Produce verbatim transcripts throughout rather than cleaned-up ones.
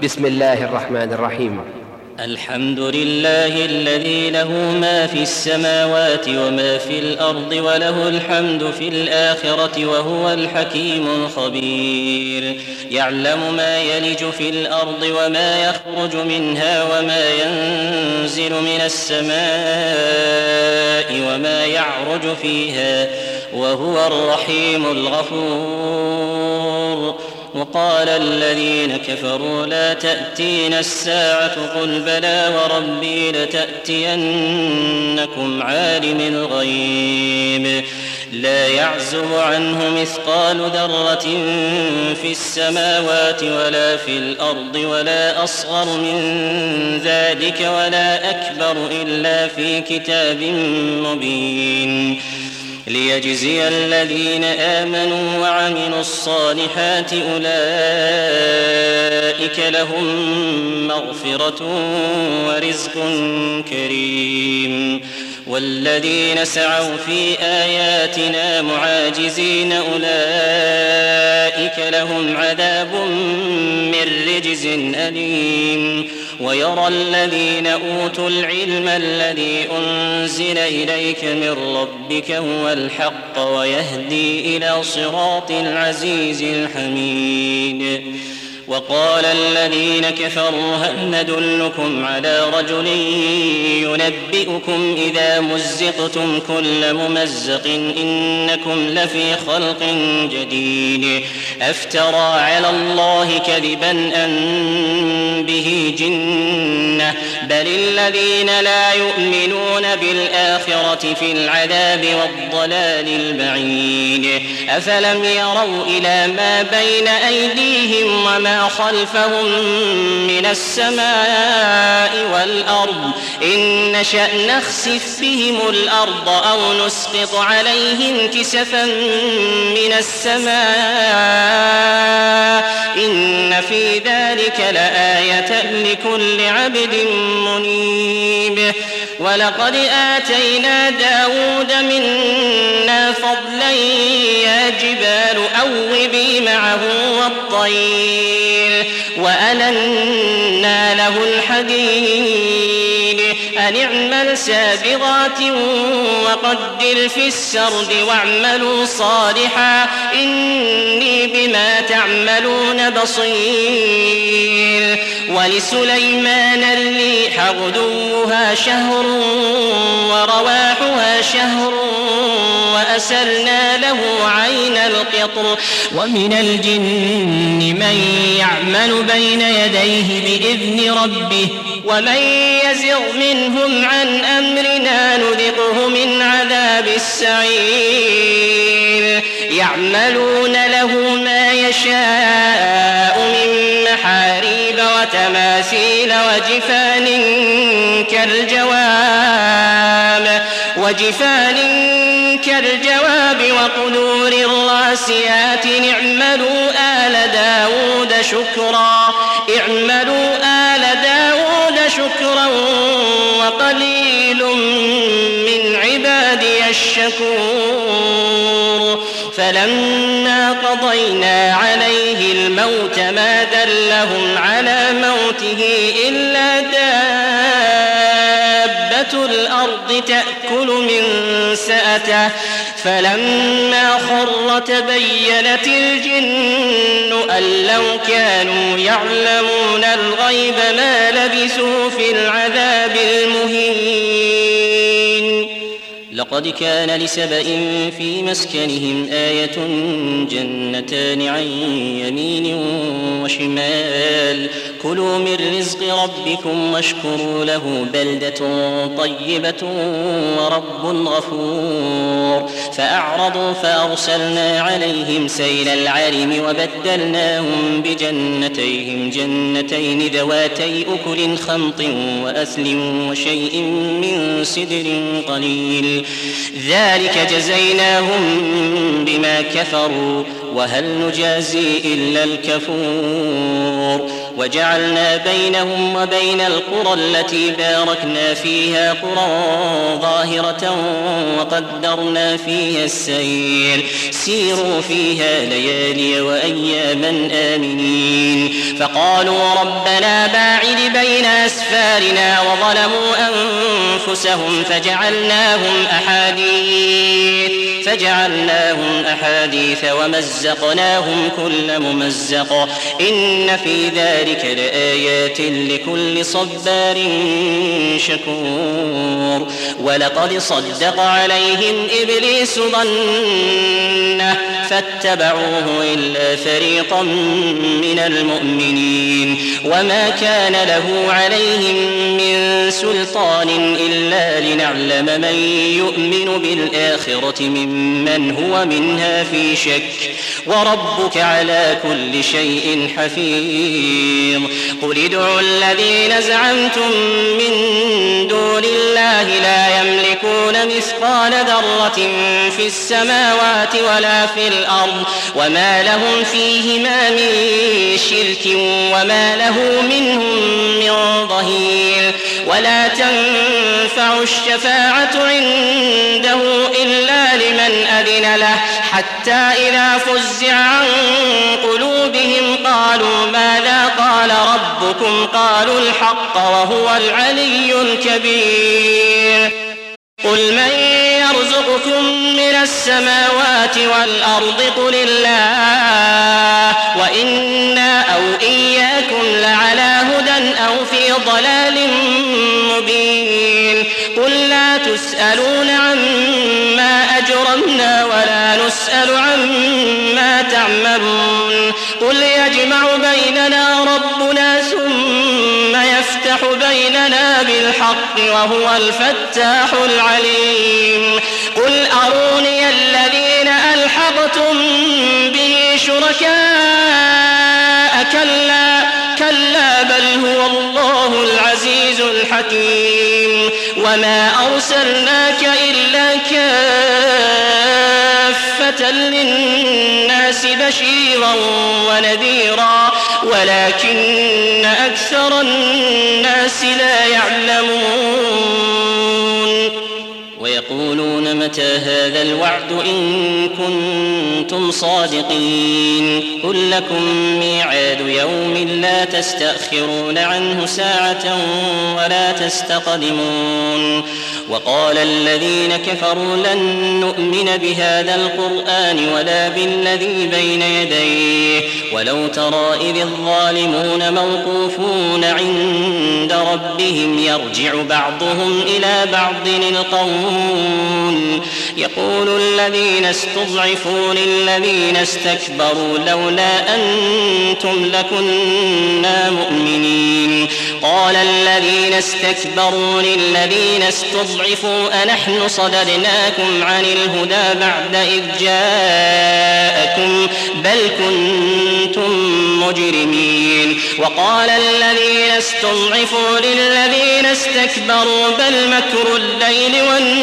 بسم الله الرحمن الرحيم. الحمد لله الذي له ما في السماوات وما في الأرض وله الحمد في الآخرة وهو الحكيم الخبير. يعلم ما يلج في الأرض وما يخرج منها وما ينزل من السماء وما يعرج فيها وهو الرحيم الغفور. وقال الذين كفروا لا تأتينا الساعة قل بلى وربي لتأتينكم عالم الغيب لا يعزب عنه مثقال ذرة في السماوات ولا في الأرض ولا أصغر من ذلك ولا أكبر إلا في كتاب مبين ليجزي الذين آمنوا وعملوا الصالحات أولئك لهم مغفرة ورزق كريم. والذين سعوا في آياتنا معاجزين أولئك لهم عذاب من رجز أليم. ويرى الذين أوتوا العلم الذي أنزل إليك من ربك هو الحق ويهدي إلى صراط العزيز الحميد. وقال الذين كفروا هل ندلكم على رجل ينبئكم إذا مزقتم كل ممزق إنكم لفي خلق جديد أفترى على الله كذبا أم به جنة بل الذين لا يؤمنون بالآخرة في العذاب والضلال البعيد. أفلم يروا إلى ما بين أيديهم وما خلفهم من السماء والأرض إن نشأ نخسف بهم الأرض أو نسقط عليهم كسفا من السماء إن في ذلك لآية لكل عبد منيب. ولقد آتينا داود منا فضلا يا جبال أوبي معه والطير وألنا له الحديد أن اعمل سابغات وقدر في السرد واعملوا صالحا إني بما تعملون بصير. ولسليمان الريح غدوها شهر ورواحها شهر وأسرنا له عين القطر ومن الجن من يعمل بين يديه بإذن ربه ومن يزغ منهم عن أمرنا نذقه من عذاب السعير. يعملون له ما يشاء من محاريب وتماثيل وجفان كالجواب وجفان كالجواب وقدور الراسيات اعملوا آل داود شكرا اعملوا آل داود شكرا وقليل من عبادي الشكور. فلما قضينا عليه الموت ما دلهم على موته إلا دابة الأرض تأكل من سأته فلما خر تبينت الجن أن لو كانوا يعلمون الغيب ما لبثوا في العذاب المهين. لقد كان لسبإ في مسكنهم آية جنتان عن يمين وشمال كلوا من رزق ربكم واشكروا له بلدة طيبة ورب غفور. فأعرضوا فأرسلنا عليهم سيل العرم وبدلناهم بجنتيهم جنتين ذواتي أكل خمط وأثل وشيء من سدر قليل ذلك جزيناهم بما كفروا وهل نجازي إلا الكفور. وجعلنا بينهم وبين القرى التي باركنا فيها قرى ظاهرة وقدرنا فيها السير سيروا فيها ليالي وأياما آمنين فقالوا ربنا باعد بين أسفارنا وظلموا أنفسهم فجعلناهم أحاديث فجعلناهم أحاديث ومزقناهم كل ممزق إن في ذلك لآيات لكل صبار شكور ولقد صدق عليهم إبليس ظنه فاتبعوه إلا فريقا من المؤمنين وما كان له عليهم من سلطان إلا لنعلم من يؤمن بالآخرة ممن هو منها في شك وربك على كل شيء حفيظ قل ادعوا الذين زعمتم من دون الله لا يملكون مثقال ذرة في السماوات ولا في الأرض وما لهم فيهما من شرك وما له منهم من ظهير ولا تنفع الشفاعة عنده إلا لمن أذن له حتى إذا فزع عن قلوبهم قالوا ماذا قال ربكم قالوا الحق وهو العلي الكبير قل من يرزقكم من السماوات والأرض قل الله وإنا أو إياكم لعلى هدى أو في ضلال مبين قل لا تسألون عما أجرمنا ولا نسأل عما تعملون قل يجمع بيننا ربنا ثم يفتح بيننا بالحق وهو الفتاح العليم قل أروني الذين ألحقتم به شركاء كلا كلا بل هو الله العزيز الحكيم وما أرسلناك إلا كافة للناس بشيرا ونذيرا ولكن أكثر الناس لا يعلمون ويقولون متى هذا الوعد إن كنتم صادقين قل لكم ميعاد يوم لا تستأخرون عنه ساعة ولا تستقدمون وقال الذين كفروا لن نؤمن بهذا القرآن ولا بالذي بين يديه ولو ترى إذ الظالمون موقوفون عند ربهم يرجع بعضهم إلى بعض القول يقول الذين استضعفوا للذين استكبروا لولا أنتم لكنا مؤمنين قال الذين استكبروا للذين استضعفوا أنحن صددناكم عن الهدى بعد إذ جاءكم بل كنتم مجرمين وقال الذين استضعفوا للذين استكبروا بل مكر الليل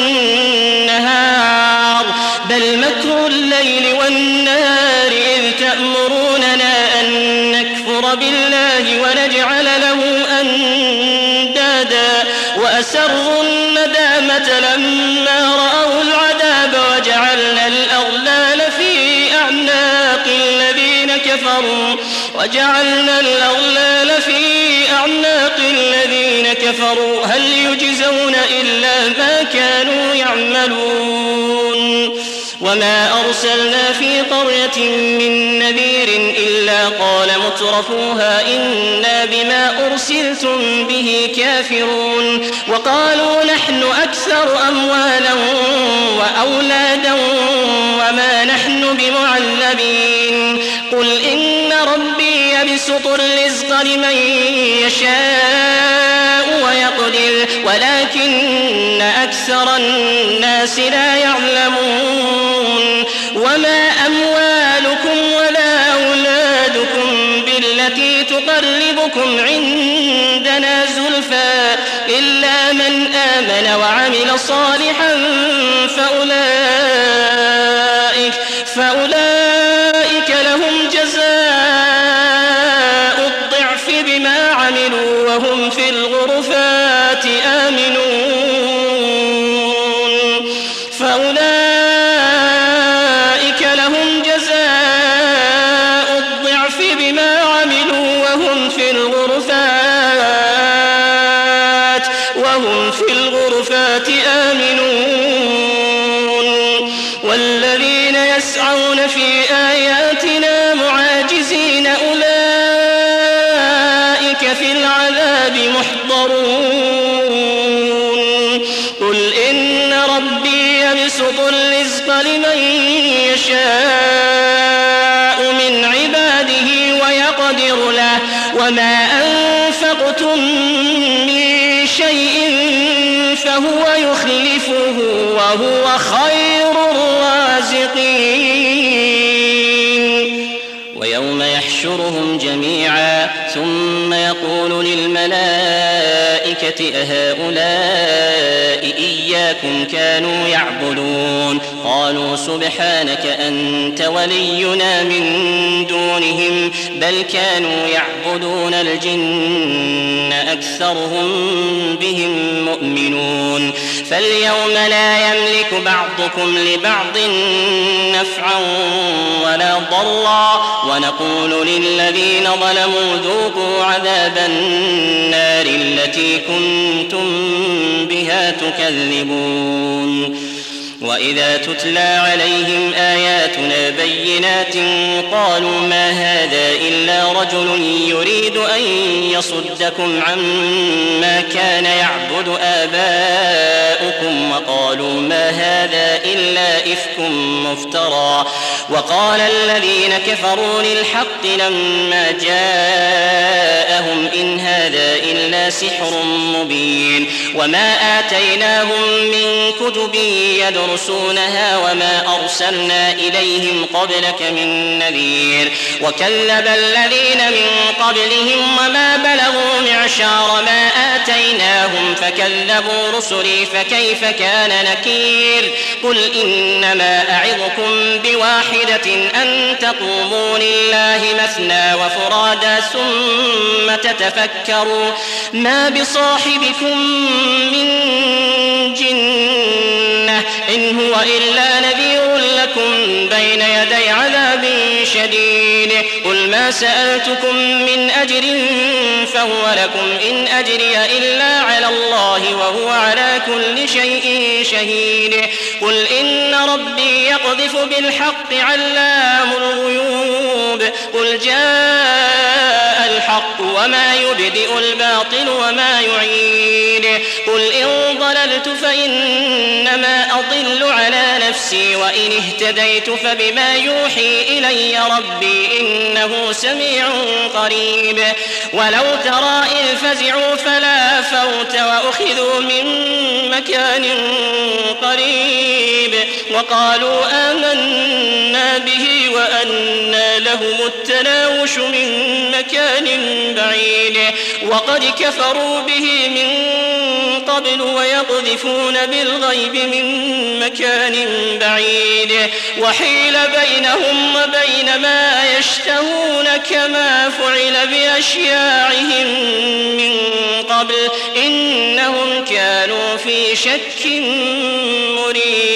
والنهار بل مكر الليل والنهار إذ تأمروننا أن نكفر بالله ونجعل له أندادا وأسروا الندامة لما رأوا العذاب وجعلنا الأغلال في أعناق الذين كفروا وجعلنا الأغلال في أعناق الذين كفروا هل يجزون إلا ما كانوا يعملون وما أرسلنا في قرية من نذير إلا قال مترفوها إنا بما أرسلتم به كافرون وقالوا نحن أكثر أموالا وأولادا وما نحن بمعذبين قل إن ربي يبسط الرزق لمن يشاء ويقدر ولكن أكثر الناس لا يعلمون وما أموالكم ولا أولادكم بالتي تقربكم عندنا زلفى إلا من آمن وعمل صالحا فأولئك فأولئك لهم جزاء الضعف عملوا وهم في الغرفات آمنون فأولئك لهم جزاء الضعف بما عملوا وهم في الغرفات وهم في الغرفات آمنون والذين يسعون في آياتنا معاجزين أولئك في العذاب محضرون قل إن ربي يبسط الرزق لمن يشاء من عباده ويقدر له وما أنفقتم من شيء فهو يخلفه وهو خير الرازقين ويوم يحشرهم جميعا ثم يقول للملائكة أهؤلاء إياكم كانوا يعبدون قالوا سبحانك أنت ولينا من دونهم بل كانوا يعبدون الجن أكثرهم بهم مؤمنون فاليوم لا يملك بعضكم لبعض نفعا ولا ضرا ونقول للذين ظلموا ذوقوا عذاب النار التي كنتم بها تكذبون وإذا تتلى عليهم آياتنا بينات قالوا ما هذا إلا رجل يريد أن يصدكم عما كان يعبد آباؤكم وقالوا ما هذا إلا إفك مفترى وقال الذين كفروا للحق لما جاءهم إن هذا إلا سحر مبين وما آتيناهم من كتب يدرسونها وما أرسلنا إليهم قبلك من نذير وكذب الذين من قبلهم وما بلغوا معشار ما آتيناهم فكذبوا رسلي فكيف كان نكير قل إنما أعظكم بواحدة أن تقوموا لله مثنى وفرادا ثم تتفكروا ما بصاحبكم من جنة إن هو إلا نذير لكم بين يدي عذاب شديد قل ما سألتكم من أجر فهو لكم إن أجري إلا على الله وهو على كل شيء شهيد قل إن ربي يقذف بالحق علام الغيوب قل جاء الحق وما يبدئ الباطل وما يعيد قل إن ضللت فإنما أضل على نفسي وإن اهتديت فبما يوحي إلي ربي إنه سميع قريب ولو ترى إذ فزعوا فلا فوت وأخذوا من مكان قريب وقالوا آمنا به وأنى لهم التناوش من مكان بعيد وقد كفروا به من قبل ويقذفون بالغيب من مكان بعيد وحيل بينهم وبين ما يشتهون كما فعل بأشياعهم من قبل إنهم كانوا في شك مريب